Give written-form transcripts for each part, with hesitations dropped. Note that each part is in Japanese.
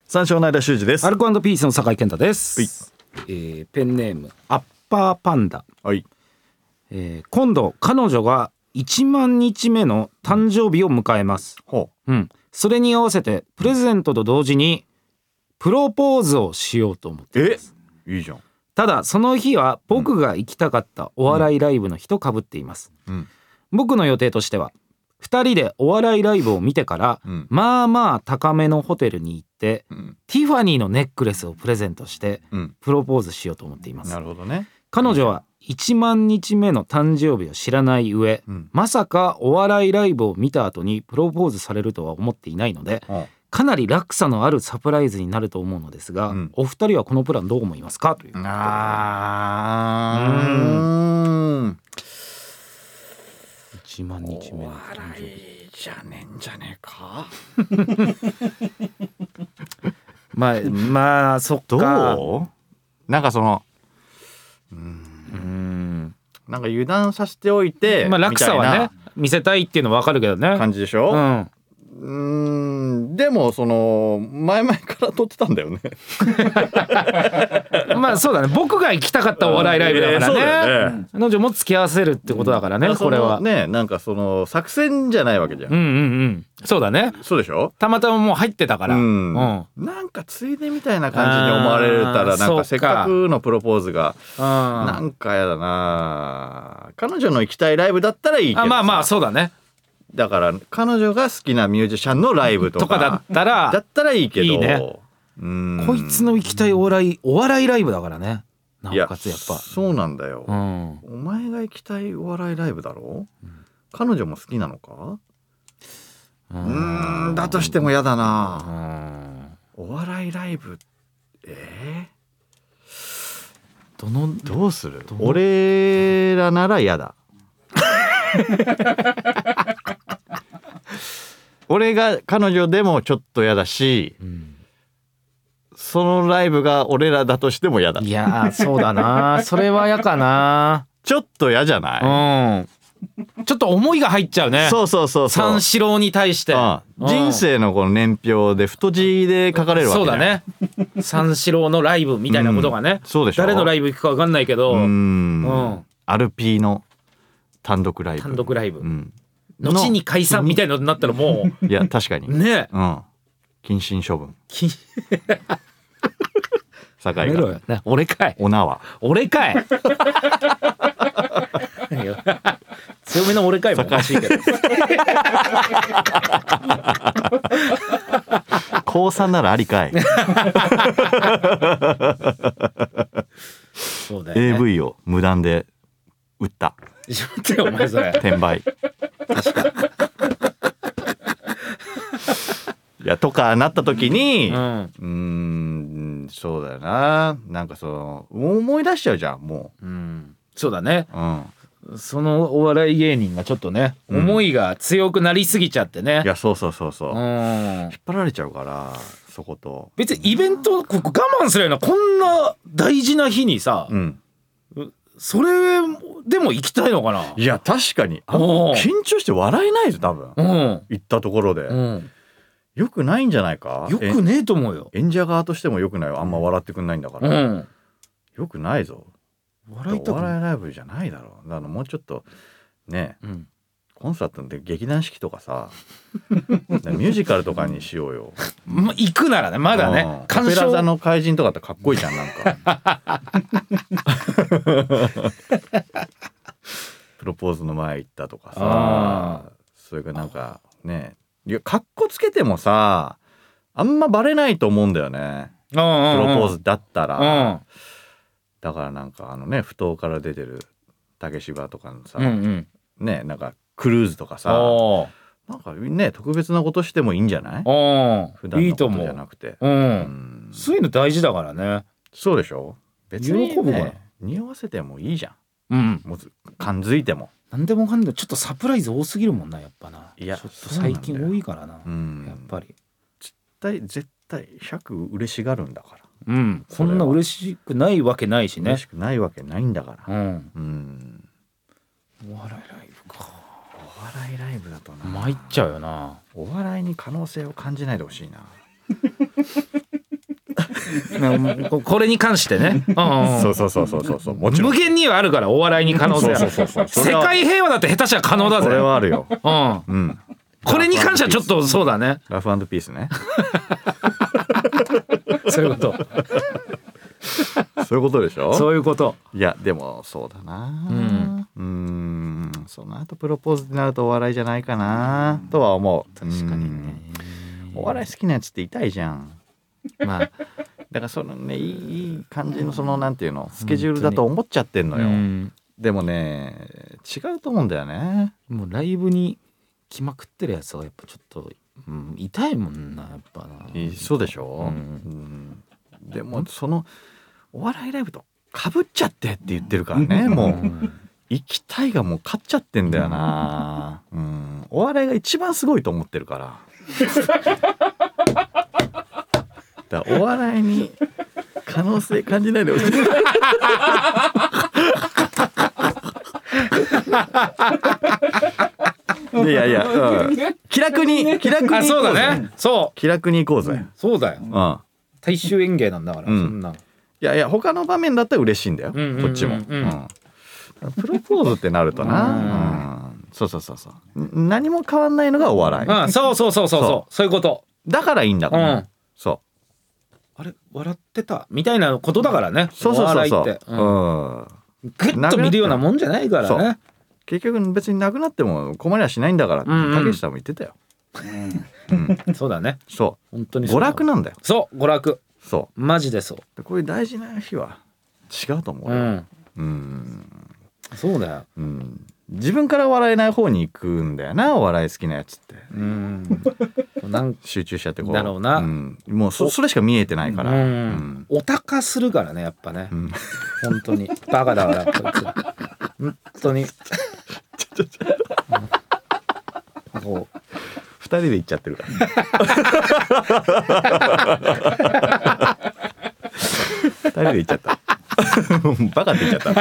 三照の間修二です。 アルコ&ピースの酒井健太です、ペンネームアッパーパンダ、 はい。 今度彼女が1万日目の誕生日を迎えます、 ほそれに合わせてプレゼントと同時にプロポーズをしようと思っています。 いいじゃん。 ただその日は僕が行きたかったお笑いライブの日と被っています、僕の予定としては2人でお笑いライブを見てから、まあまあ高めのホテルに行って、ティファニーのネックレスをプレゼントして、プロポーズしようと思っています。 なるほどね。 彼女は1万日目の誕生日を知らない上、まさかお笑いライブを見た後にプロポーズされるとは思っていないので、かなり落差のあるサプライズになると思うのですが、お二人はこのプランどう思いますかという。1万日目の誕生日じゃねえんじゃねえか。 まあそっか。 どう？なんかそのなんか油断させておいて、 落差はね見せたいっていうのは分かるけどね。 感じでしょ。でもその前々から撮ってたんだよね。 まあそうだね、僕が行きたかったお笑いライブだからね。彼女も付き合わせるってことだからね、これはね。なんかその作戦じゃないわけじゃん。 そうだね。 そうでしょ。 たまたまもう入ってたから、 なんかついでみたいな感じに思われたら、なんかせっかくのプロポーズがなんかやだな。彼女の行きたいライブだったらいいけど、 まあそうだね。 だから彼女が好きなミュージシャンのライブとかだったらいいけど、 いいね。こいつの行きたいお笑いライブだからね。なおかつやっぱそうなんだよ、お前が行きたいお笑いライブだろ、彼女も好きなのか。だとしてもやだな。お笑いライブどうする？俺らならやだ。俺が彼女でもちょっとやだし、そのライブが俺らだとしてもやだ。 いやそうだな。それはやかな。 ちょっとやじゃない？ ちょっと思いが入っちゃうね。 そう三四郎に対して、 人生のこの年表で太字で書かれるわけ。 そうだね。三四郎のライブみたいなことがね、 そうでしょ。 誰のライブ行くか分かんないけど、 アルピーの単独ライブ、 後に解散みたいなのになったらもういや確かにね、 謹慎処分。酒井が俺かい。 お縄俺かい。強めの俺かいもおかしいけど。 高3ならありかい。 そうだよね。 AV を無断で売った。 待ってよお前それ。 転売。 確かいやとかなった時に、そうだよな。なんかその思い出しちゃうじゃんもう。 そうだね。そのお笑い芸人がちょっとね、思いが強くなりすぎちゃってね。 いやそう引っ張られちゃうからそこと。 別にイベントここ我慢するようなこんな大事な日にさ、それでも行きたいのかな。 いや確かに緊張して笑えないぞ多分、行ったところで、よくないんじゃないか。 よくねえと思うよ。 演者側としてもよくないよ。あんま笑ってくんないんだから、よくないぞ。お笑いライブじゃないだろう。だからもうちょっとね、コンサートで劇団四季とかさミュージカルとかにしようよ。 行くならね、まだね。 オペラ座の怪人とかってかっこいいじゃんなんか。プロポーズの前行ったとかさ、それがなんかね、いやかっこつけてもさあんまバレないと思うんだよね、プロポーズだったら。だからなんか不当から出てる竹芝とかのさ、ね、なんかクルーズとかさ、なんかね特別なことしてもいいんじゃない？普段のことじゃなくて。 そういうの大事だからね。 そうでしょ。別にね匂わせてもいいじゃん。もう感づいても何でもかんでもちょっとサプライズ多すぎるもんなやっぱな。 いやちょっと最近多いからな、やっぱり。 絶対100嬉しがるんだから。 こんな嬉しくないわけないしね。 嬉しくないわけないんだから。お笑いライブか。 お笑いライブだとな参っちゃうよな。 お笑いに可能性を感じないでほしいな。 これに関してね、 そうもちろん無限にはあるから、お笑いに可能性は。世界平和だって下手したら可能だぜ。 それはあるよ。 これに関してはちょっとそうだね。 ラフ&ピースね。 そういうこと。 そういうことでしょ。 そういうこと。 いやでもそうだな。その後プロポーズってなるとお笑いじゃないかなとは思う。 確かにね。 お笑い好きなやつって痛いじゃん。 まあだからそのね、いい感じのそのなんていうのスケジュールだと思っちゃってんのよ。でもね違うと思うんだよね。 もうライブに来まくってるやつはやっぱちょっと、痛いもんな、やっぱな。 そうでしょ。でもそのお笑いライブとかぶっちゃってって言ってるからね。もう行きたいがもう勝っちゃってんだよな。お笑いが一番すごいと思ってるから。だからお笑いに可能性感じないでほしい。いやいや、気楽にそうだね。そう。 気楽に行こうぜ。 そうだよ。大衆演芸なんだから、そんな。 いや他の場面だったら嬉しいんだよ。こっちも。プロポーズってなるとな。そう何も変わんないのがお笑い。 そういうこと。だからいいんだから。そう。 あれ笑ってたみたいなことだからね。 そう。 グッと見るようなもんじゃないからね。 結局別になくなっても困りはしないんだからってたけしさんも言ってたよ。 そうだね。 そう。 本当に娯楽なんだよ。 そう、娯楽。 そう。 マジでそう。 こういう大事な日は違うと思うよ。 そうだよ。 自分から笑えない方に行くんだよな、お笑い好きなやつって。集中しちゃってこう。 だろうな。 もうそれしか見えてないから。 オタ化するからね、やっぱね。本当にバカだからこいつ。本当に。 2人で行っちゃってるから。2人で行っちゃった。バカって言っちゃった。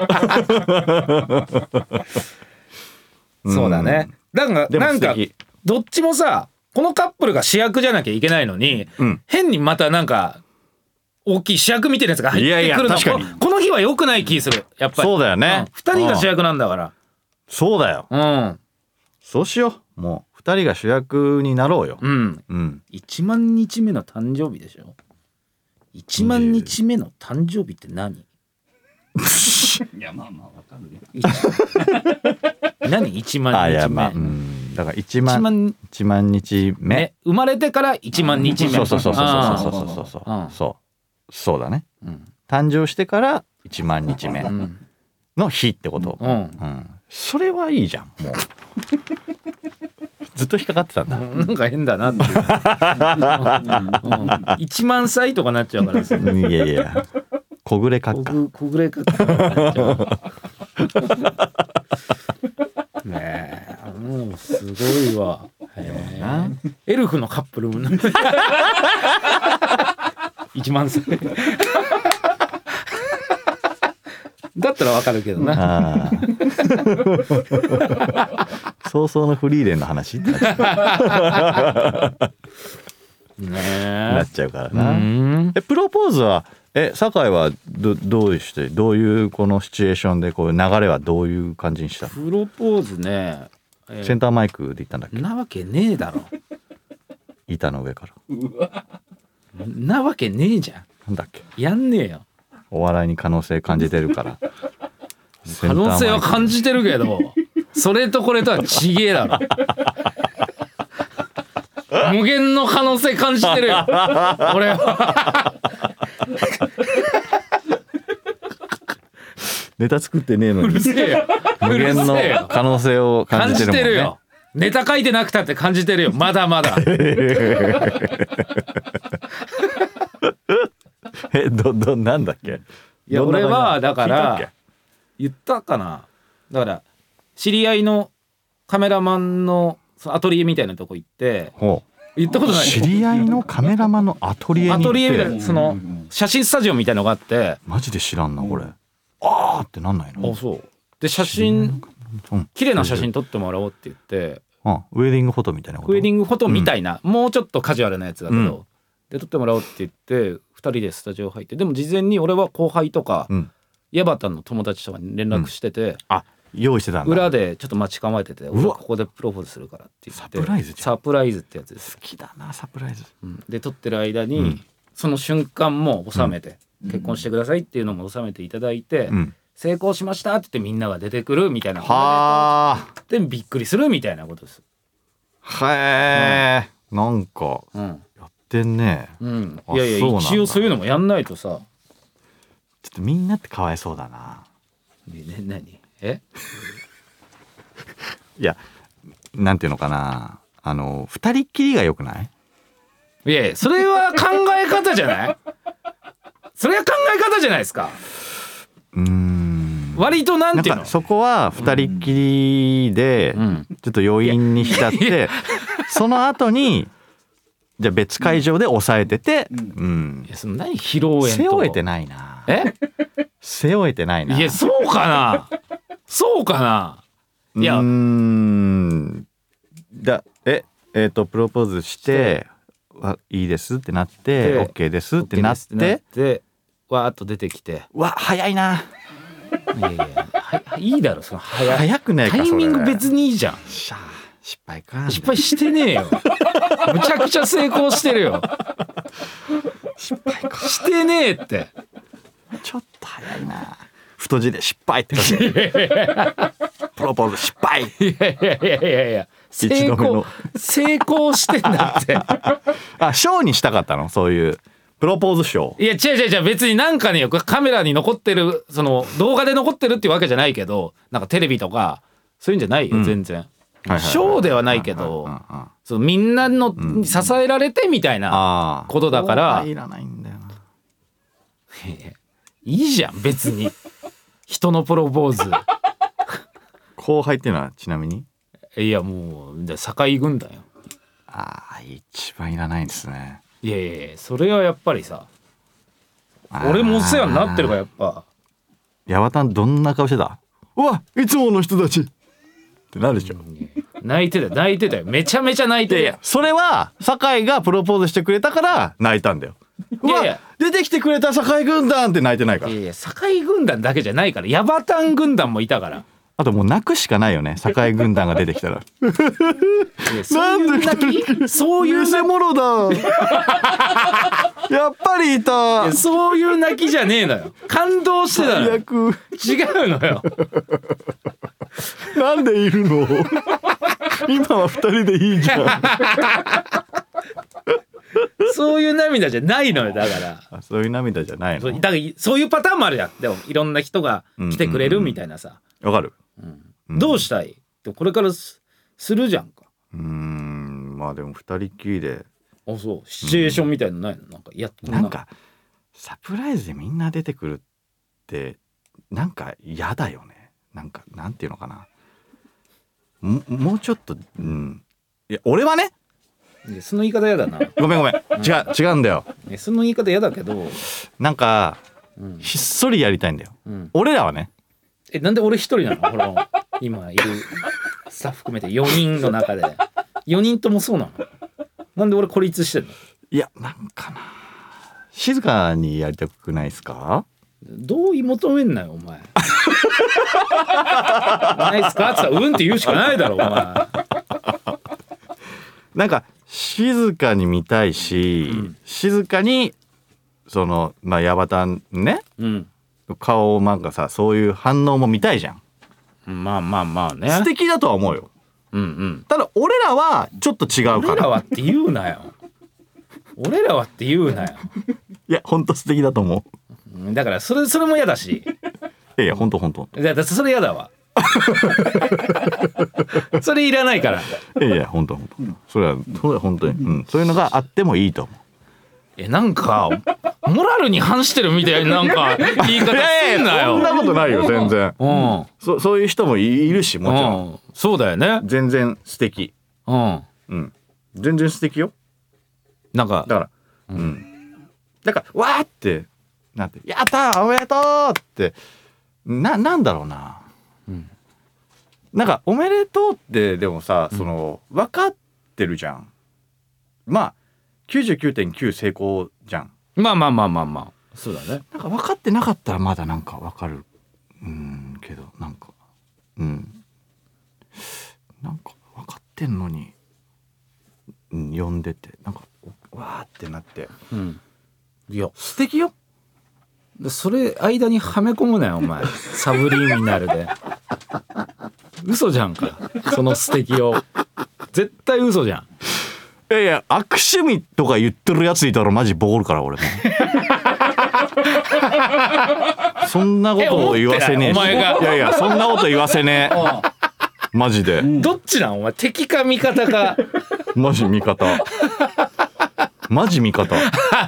そうだね。なんかどっちもさ、このカップルが主役じゃなきゃいけないのに、変にまたなんか大きい主役みたいなやつが入ってくるの。この日は良くない気する。やっぱり。そうだよね。2人が主役なんだから。 そうだよ。そうしよう。もう2人が主役になろうよ。 1万日目の誕生日でしょ。1万日目の誕生日って何？いやまあわかるよ。何1万日目？ だから1万日目。 生まれてから1万日目。 そうだね。誕生してから1万日目の日ってこと。それはいいじゃん。もうずっと引っかかってたんだ。 なんか変だなって。1万歳とかなっちゃうから。いや小暮閣下。 小暮閣下。ねえ、もうすごいわ。エルフのカップルも。1万歳。だったらわかるけどな。 早々のフリーレンの話ってなっちゃうからな。プロポーズは酒井はどういうこのシチュエーションでこう流れはどういう感じにした？ プロポーズね、 センターマイクで言ったんだっけ？ なわけねえだろ。 板の上から。 なわけねえじゃん。 なんだっけ？ やんねえよ。お笑いに可能性感じてるから。 可能性は感じてるけど、それとこれとはちげえだろ。無限の可能性感じてるよ。俺は。 ネタ作ってねえのに。無限の可能性を感じてるもんね。感じてるよ。 ネタ書いてなくたって感じてるよ。まだまだ。 なんだっけ？ いや俺はだから言ったかな。だから知り合いのカメラマンのアトリエみたいなとこ行って言ったことない。 知り合いのカメラマンのアトリエに行って、アトリエみたいなその写真スタジオみたいなのがあって、 マジで知らんなこれ。あーってなんないの？ あ、そうで写真綺麗な写真撮ってもらおうって言って、 ウェディングフォトみたいなこと？ ウェディングフォトみたいな、もうちょっとカジュアルなやつだけど、 で撮ってもらおうって言って2人でスタジオ入って、でも事前に俺は後輩とか、ヤバタンの友達とかに連絡してて、 あ、用意してたんだ。 裏でちょっと待ち構えてて、俺ここでプロポーズするからって言って。 サプライズじゃん。 サプライズってやつです。 好きだなサプライズ。 で撮ってる間に、その瞬間も収めて、結婚してくださいっていうのも収めていただいて、成功しましたって言ってみんなが出てくるみたいな。 はあ。 でびっくりするみたいなことです。 へえ、なんかやってんね。 いやいや、一応そういうのもやんないとさ。 ちょっとみんなってかわいそうだな。 何？ いや、なんていうのかな、二人っきりが良くない？ いやいや、それは考え方じゃない？それは考え方じゃないですか。割となんていうの？ そこは二人っきりでちょっと余韻に浸って、その後にじゃあ別会場で抑えてて、 いや、その何披露宴と背負えてないな。背負えてないな。 いや、そうかな。そうかな。いや、 プロポーズしていいですってなって、オッケーですってなって、 わーっと出てきて、 早いな。 いやいや、いいだろその早くないか。 タイミング別にいいじゃん。 失敗か。 失敗してねえよ。むちゃくちゃ成功してるよ。 失敗か。 してねえって。 ちょっと早いな。太字で失敗って書いて。プロポーズ失敗。 いや成功してんだって。 ショーにしたかったの？そういうプロポーズショー。 いや違う別になんかね、カメラに残ってる、その動画で残ってるっていうわけじゃないけど、なんかテレビとかそういうんじゃないよ、全然。ショーではないけど、そのみんなの支えられてみたいなことだから。 いらないんだよな。 いいじゃん別に。人のプロポーズ。 後輩っていうのはちなみに？ いや、もう堺軍団よ。 一番いらないんですね。 いやいや、それはやっぱりさ、俺もお世話になってるから。やっぱヤバタンどんな顔してた？うわ、いつもの人たちってなるでしょ。 泣いてたよ。めちゃめちゃ泣いてる。 それは堺がプロポーズしてくれたから泣いたんだよ。いや出てきてくれた堺軍団って泣いてないから。 いや堺軍団だけじゃないから、ヤバタン軍団もいたから。 あともう泣くしかないよね、堺軍団が出てきたら。なんで泣き？そういう偽物だ。やっぱりいた。 そういう泣きじゃねえのよ。感動してたの。違うのよ。 なんでいるの？今は二人でいいじゃん。 そういう涙じゃないのよ。だからそういう涙じゃないの。 だからそういうパターンもあるじゃん。でもいろんな人が来てくれるみたいなさ。 わかる。 どうしたいってこれからするじゃんか。 まあでも二人っきりで。 そうシチュエーションみたいのないの？なんかサプライズでみんな出てくるってなんか嫌だよね。なんかなんていうのかな。もうちょっと、いや俺はね。 その言い方嫌だな。 ごめん違うんだよ。 その言い方嫌だけど、 なんか、ひっそりやりたいんだよ、俺らはね。 なんで俺一人なの？ほら今いるスタッフ含めて4人の中で4人ともそうなの？なんで俺孤立してんの？いや、なんかな、静かにやりたくないですか？ 同意求めんなよお前。ないっすかって言ったらうんって言うしかないだろお前。 なんか静かに見たいし、静かにそのヤバタンね、顔なんかさ、そういう反応も見たいじゃん。 まあね、 素敵だとは思うよ。ただ俺らはちょっと違うから。 俺らはって言うなよ。俺らはって言うなよ。 いやほんと素敵だと思う。だからそれも嫌だし。 いやほんとだってそれ嫌だわ。それいらないから。 いやほんとそれは本当に、そういうのがあってもいいと思う。 なんかモラルに反してるみたいな、なんか言い方すんなよ。 そんなことないよ全然。そういう人もいるし、もちろん。 そうだよね。 全然素敵。全然素敵よ。 なんかだからだからわーってなってやったーおめでとうってなんだろうな。なんかおめでとうってでもさ、その分かってるじゃん。まあ 99.9 成功じゃん。 まあそうだね。 なんか分かってなかったらまだなんか分かるけどなんかなんか分かってんのに、読んでてなんかわーってなって、 いや素敵よ。 それ間にはめ込むなよお前サブリミナルで嘘じゃんかその素敵を絶対嘘じゃん。 いや悪趣味とか言ってるやついたらマジボコるから俺もそんなことを言わせねえし、 お前がいやそんなこと言わせねえマジで、 どっちなんお前、敵か味方か。 マジ味方マジ味方ボ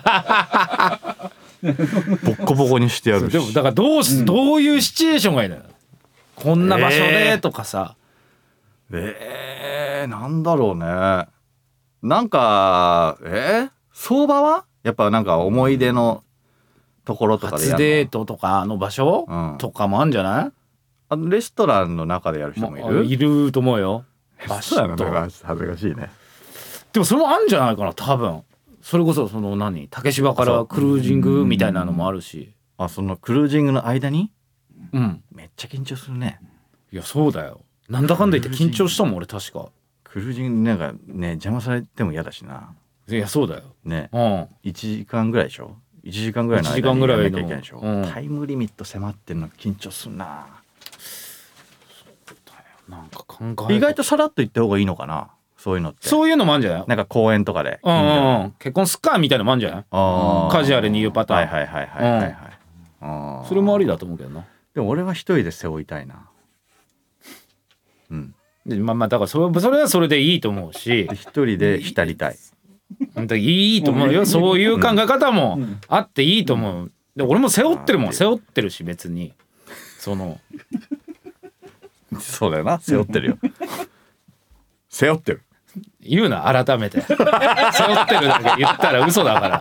ッコボコにしてやるし。 でもだからどういうシチュエーションがいいのよ、こんな場所でとかさ。 なんだろうね。なんか相場はやっぱなんか思い出のところとかでやるの。 初デートとかの場所、とかもあるんじゃない？ レストランの中でやる人もいる？ いると思うよ。 場所やのだから恥ずかしいね。 でもそれもあるんじゃないかな多分。それこそその竹芝からクルージングみたいなのもあるし。 そのクルージングの間に？ めっちゃ緊張するね。 いやそうだよ。なんだかんだ言って緊張したもん俺確か。 クルージングなんかね邪魔されても嫌だしな。 いやそうだよね。 1時間ぐらいでしょ。1時間ぐらいの間にやらなきゃいけないでしょ。タイムリミット迫ってんの緊張すんな。 なんか考え意外とさらっと言った方がいいのかな、そういうのって。 そういうのもあるんじゃない？ なんか公園とかで、 結婚すっかみたいなのもあるんじゃない？カジュアルに言うパターン。はいそれもありだと思うけどな。 でも俺は一人で背負いたいな。 でだからそれはそれでいいと思うし、 一人で浸りたい。 いいと思うよ。そういう考え方もあっていいと思う。で俺も背負ってるもん。背負ってるし別にそうだよな、背負ってるよ。背負ってる。 言うな改めて。背負ってるだけ言ったら嘘だから。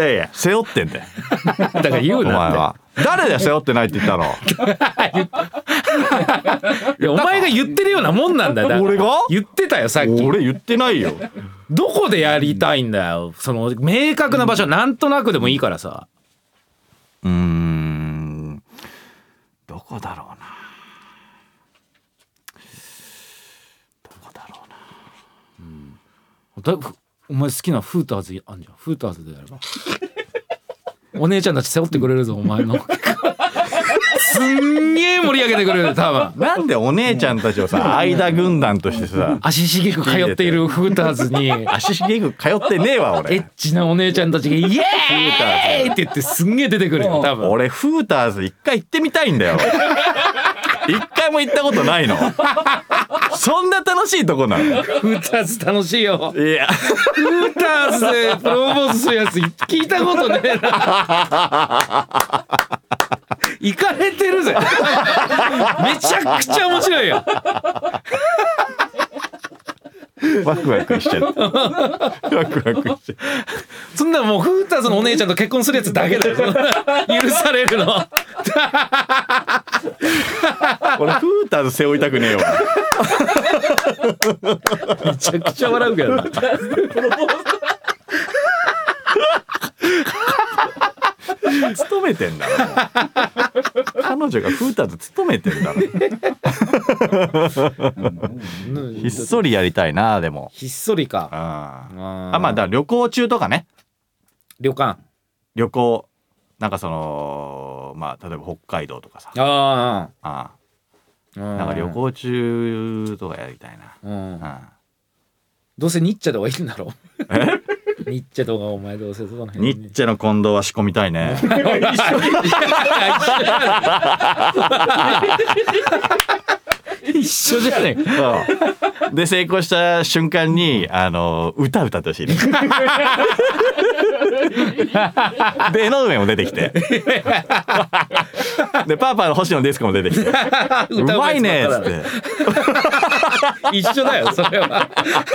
いや背負ってんだよ。 だから言うなって。お前は誰で背負ってないって言ったの？ いやお前が言ってるようなもんなんだよ。 俺が言ってたよさっき。 俺言ってないよ。 どこでやりたいんだよ。その明確な場所なんとなくでもいいからさ。 どこだろうな。 お前好きなフーターズあんじゃん。フーターズでやればお姉ちゃんたち背負ってくれるぞお前の。すんげえ盛り上げてくれる多分。 なんでお姉ちゃんたちをさ間軍団としてさ足しげく通っているフーターズに足しげく通ってねえわ俺。 エッチなお姉ちゃんたちがイエーイって言ってすんげえ出てくるよ多分。 俺フーターズ一回行ってみたいんだよ。一回も行ったことないの。そんな楽しいとこなの？ フーターズ楽しいよ。 いやフーターズでプロポーズするやつ聞いたことねえな。行かれてるぜ。めちゃくちゃ面白いよ。 ワクワクしちゃった。ワクワクしちゃった。 そんなもうフーターズのお姉ちゃんと結婚するやつだけだよ。許されるの。 俺フーターズ背負いたくねえよ。 めちゃくちゃ笑うけどな。 勤めてんだろ。彼女がフーターズ勤めてんだろ。ひっそりやりたいな。でもひっそりか。 まあだから旅行中とかね。 旅行なんかまあ例えば北海道とかさ。なんか旅行中とかやりたいな。 どうせニッチェとかいいんだろ。ニッチェとかお前どうせその辺ニッチェの近藤は仕込みたいね。 一緒じゃねえ。 で成功した瞬間に歌ってほしいね。で江上も出てきてでパーパーの星野デスクも出てきてうまいねっつって一緒だよそれは。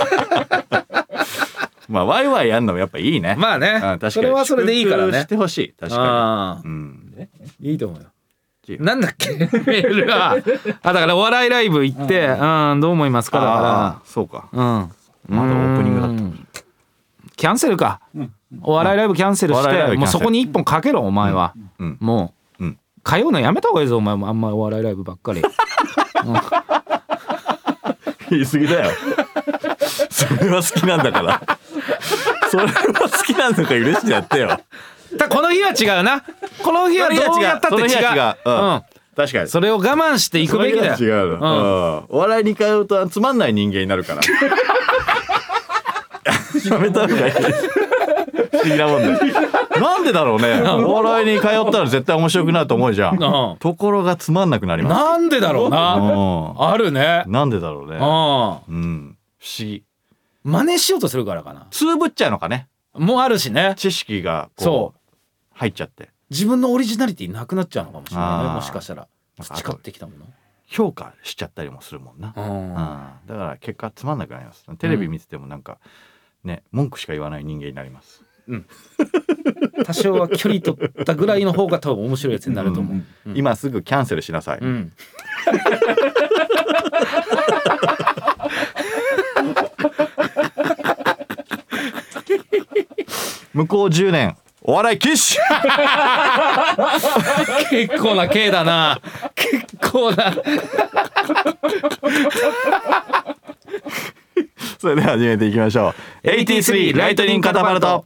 まあワイワイやんのもやっぱいいね。 まあね、確かにそれはそれでいいからね。 してほしい。確かに、いいと思うよ。なんだっけメールがだからお笑いライブ行って、どう思いますかだから。 そうか。まだオープニングだった。 キャンセルか、お笑いライブキャンセルして、もうそこに一本かけろお前は、もう、通うのやめた方がいいぞお前も。あんまお笑いライブばっかり言い過ぎだよそれは好きなんだからそれは好きなんだから許してやってよ。 この日は違うな。この日はどうやったって違う。 確かにそれを我慢していくべきだよ。 違うの、お笑いに通うとつまんない人間になるからやめた方がいい不思議なもんねなんでだろうね。お笑いに通ったら絶対面白くなると思うじゃん、ところがつまんなくなります。 なんでだろうな、あるね。 なんでだろうね、不思議。 真似しようとするからかな。 つぶっちゃうのかね。 もうあるしね、 知識がこう入っちゃって自分のオリジナリティなくなっちゃうのかもしれないね。もしかしたら培ってきたもの評価しちゃったりもするもんな、だから結果つまんなくなります。テレビ見ててもなんかね、文句しか言わない人間になります、 多少は距離取ったぐらいの方が多分面白いやつになると思う、 今すぐキャンセルしなさい、向こう10年お笑い禁止結構な刑だな。結構なそれでは始めていきましょう。83ライトニングカタパルト。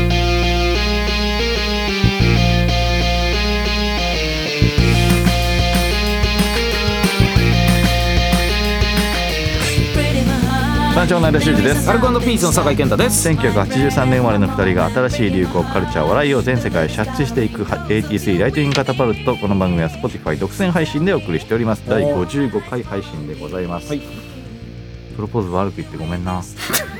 団長の間修二です。 アルコ&ピースの酒井健太です。 1983年生まれの2人が新しい流行カルチャー笑いを全世界シャッチしていく83ライトニングカタパルト。この番組は Spotify 独占配信でお送りしております。第55回配信でございます、はい、プロポーズ悪く言ってごめんな。いいって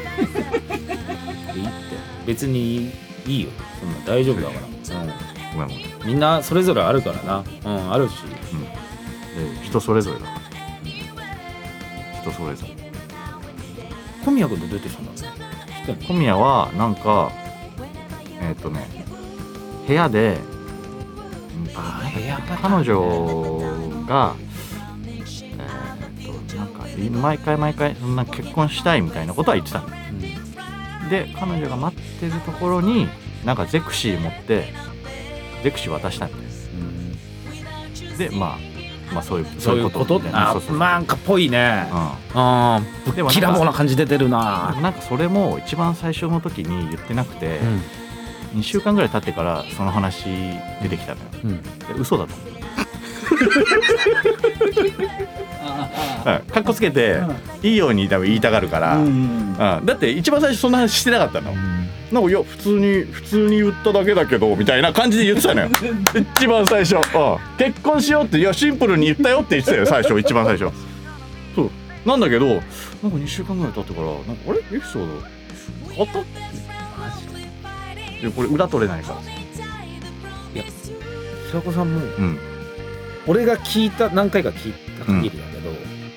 別にいいよ、そんな大丈夫だから、 ごめんみんなそれぞれあるからな、あるし、 人それぞれだから、人それぞれ。 小宮君ってどうやってしたんだろう。 小宮はなんか部屋で彼女がなんか毎回そんな結婚したいみたいなことは言ってたんだ、で彼女が待ってるところになんかゼクシー持ってゼクシー渡したんだよ、でまあそういうことってなんかっぽいね、ぶっきらぼうな感じ出てるな。 なんかそれも一番最初の時に言ってなくて、2週間ぐらい経ってからその話出てきたのよ、で嘘だと思うかっこつけていいように多分言いたがるから、だって一番最初そんな話してなかったの、なんかいや普通に言っただけだけどみたいな感じで言ってたのよ一番最初、結婚しようっていやシンプルに言ったよって言ってたよ最初、一番最初。そうなんだけどなんか2週間ぐらい経ってからなんかあれエピソード変わったってマジでこれ裏取れないから。 いや平子さんも、俺が何回か聞いた限りだけど、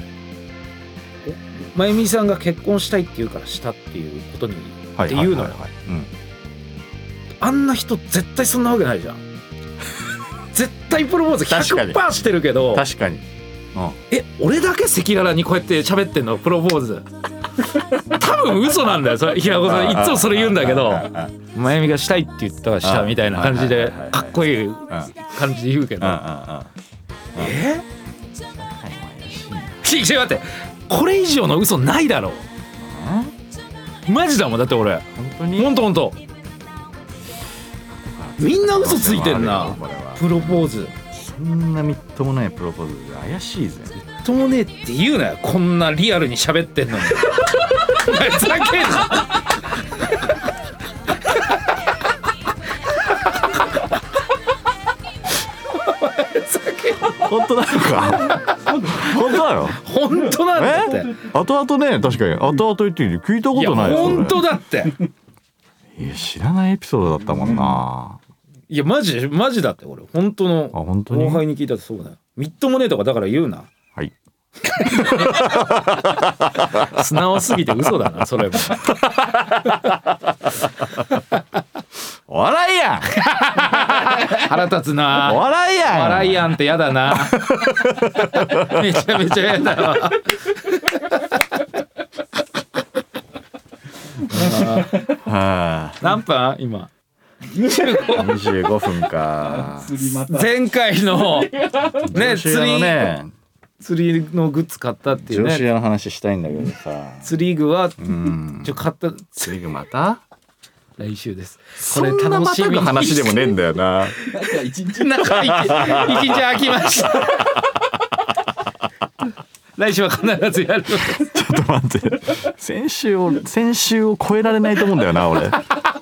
まゆみさんが結婚したいって言うからしたっていうことにっていうのよ。あんな人絶対そんなわけないじゃん絶対プロポーズ 100% してるけど。 確かに、 俺だけ赤裸々にこうやって喋ってんのプロポーズ多分嘘なんだよそれ。平子さんいつもそれ言うんだけどまゆみがしたいって言ったらしたみたいな感じでかっこいい感じで言うけど、ちょ待ってこれ以上の嘘ないだろマジだもん。だって俺ほんとみんな嘘ついてんな。プロポーズそんなみっともないプロポーズ怪しいぜ。 みっともねえって言うなよこんなリアルに喋ってんのにふざけんな本当なのか本当だよ。 本当なんだって。 後々ね、確かに後々言って聞いたことないよ。 本当だっていや知らないエピソードだったもんな、 いやマジだって俺本当の後輩に聞いたってそうだよ。みっともねえとかだから言うな。 はい素直すぎて嘘だなそれもお笑いやん腹立つな。 お笑いやん笑いやんってやだなめちゃめちゃやだわ何分今 25分か。 前回のね釣りのグッズ買ったっていうね。 女子屋の話したいんだけどさ。 釣り具は買った釣り具また来週です。 これ楽しみに話でもねえんだよな。 なんか一日空きました来週は必ずやる。ちょっと待って、先週を超えられないと思うんだよな俺。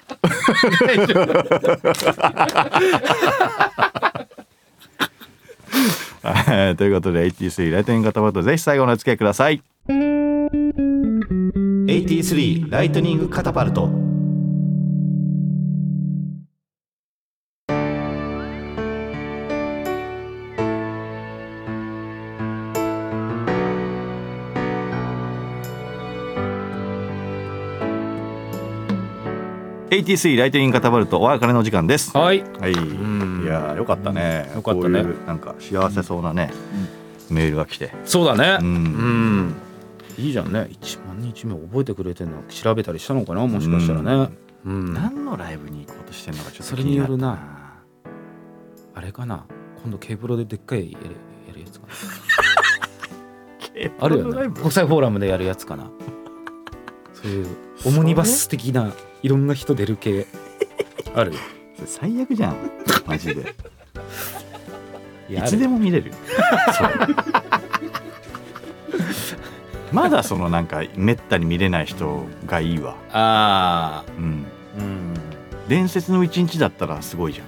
ということで 83 ライトニングカタパルト、ぜひ最後までお付き合いください。83ライトニングカタパルト。83ライトニングカタパルト、お別れの時間です。 はい、 はい、いやよかったね。 よかったね。 こういうなんか幸せそうなね、メールが来て。 そうだね。いいじゃんね。1万日目覚えてくれてんの調べたりしたのかな、もしかしたらね。 何のライブに行こうとしてんのかちょっとそれによるな。あれかな、今度 K プロででっかいやるやつかな。あるよね、国際フォーラムでやるやつかな。そういうオムニバス的ないろんな人出る系あるよ。 それ最悪じゃんマジで。いつでも見れる。まだそのなんかめったに見れない人がいいわ。伝説の一日だったらすごいじゃん。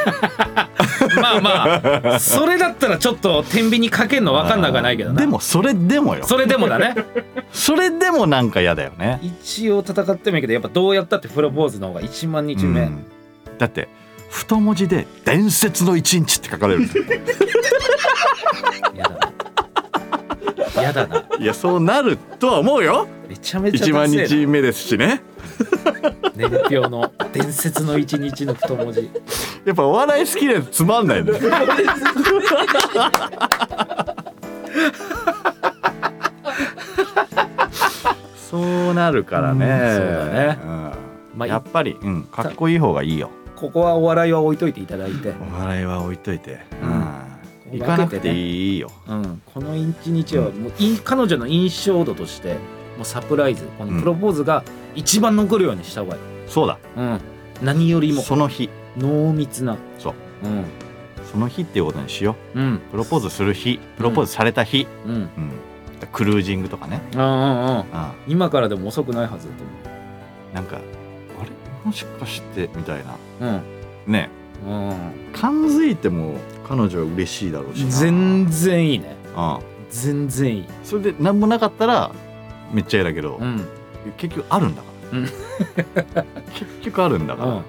まあそれだったらちょっと天秤にかけるの分かんなくはないけどな。 でもそれでもよ。 それでもだね。 それでもなんか嫌だよね。 一応戦ってもいいけど、やっぱどうやったってプロポーズの方が1万日目、 だって太文字で伝説の一日って書かれる。 やだな。 いやそうなるとは思うよ。 めちゃめちゃ 1万日目ですしね。 年表の伝説の一日の太文字。 やっぱお笑い好きでつまんないね。そうなるからね。 そうだね。 やっぱり、かっこいい方がいいよ。 ここはお笑いは置いといていただいて。 お笑いは置いといて。行かなくていいよ。 この一日はもう彼女の印象度としてもうサプライズ、このプロポーズが一番残るようにした方がいい。 そうだ。 何よりもその日濃密な。 そう。その日っていうことにしよう。プロポーズする日、プロポーズされた日。クルージングとかね。今からでも遅くないはずだと思う。なんかあれもしかしてみたいな。ね。感づいても彼女は嬉しいだろうしな。 全然いいね。全然いい。 それで何もなかったらめっちゃ嫌だけど、結局あるんだから。結局あるんだから、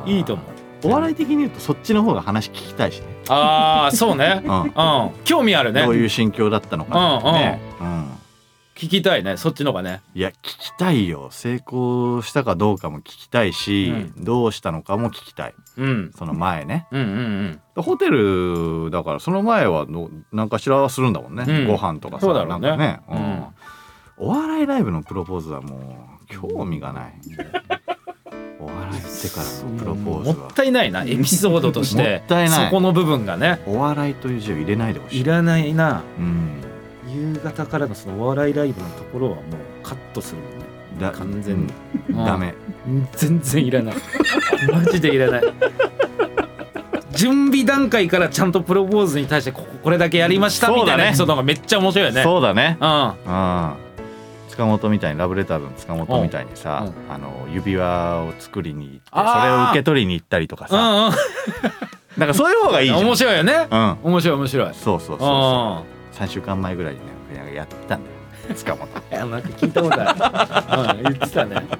いいと思う。 お笑い的に言うとそっちの方が話聞きたいしね。 そうね。興味あるね。 どういう心境だったのかなってね。 聞きたいね、そっちの方がね。 いや聞きたいよ。成功したかどうかも聞きたいし、どうしたのかも聞きたい。その前ね。ホテルだからその前は何かしらはするんだもんね。ご飯とかさ。 そうだろうね。 なんかね。お笑いライブのプロポーズはもう興味がない。お笑いってからのプロポーズはもったいないな、エピソードとしてもったいない。そこの部分がね。 お笑いという字を入れないでほしい。 いらないな。夕方からのそのお笑いライブのところはもうカットするもんね。完全にダメ。 全然いらない。マジでいらない。準備段階からちゃんとプロポーズに対してこれだけやりましたみたいなエピソードがめっちゃ面白いよね。 そうだね。塚本みたいにラブレターズの塚本みたいにさ、指輪を作りに行ってそれを受け取りに行ったりとかさ、なんかそういう方がいいじゃん。 面白いよね。面白い面白い。 そう3週間前ぐらいにねやってたんだよ塚本。 なんか聞いたことある。言ってたね。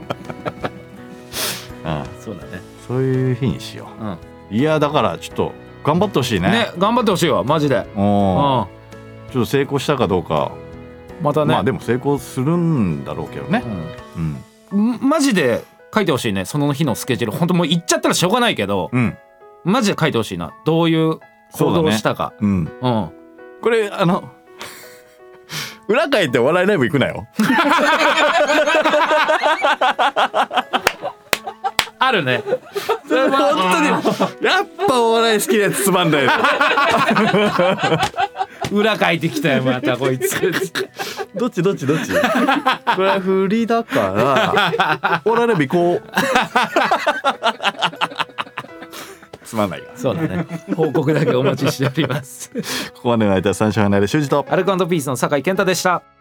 そうだね。 そういう日にしよう。いやだからちょっと頑張ってほしいね。 頑張ってほしいわマジで。ちょっと成功したかどうかまたね。 まあでも成功するんだろうけどね。 マジで書いてほしいね、その日のスケジュール。本当もう言っちゃったらしょうがないけど、マジで書いてほしいな、どういう行動をしたか。 これ裏書いてお笑いライブ行くなよ。 あるね。それは本当にやっぱお笑い好きなやつつまんないよ。 裏書いてきたよまたこいつ。 どっちこれは振りだからお笑いライブ行こう。つまんないが。 そうだね。報告だけお待ちしております。 ここまでの間三四半内で修二とアルコ&ピースの酒井健太でした。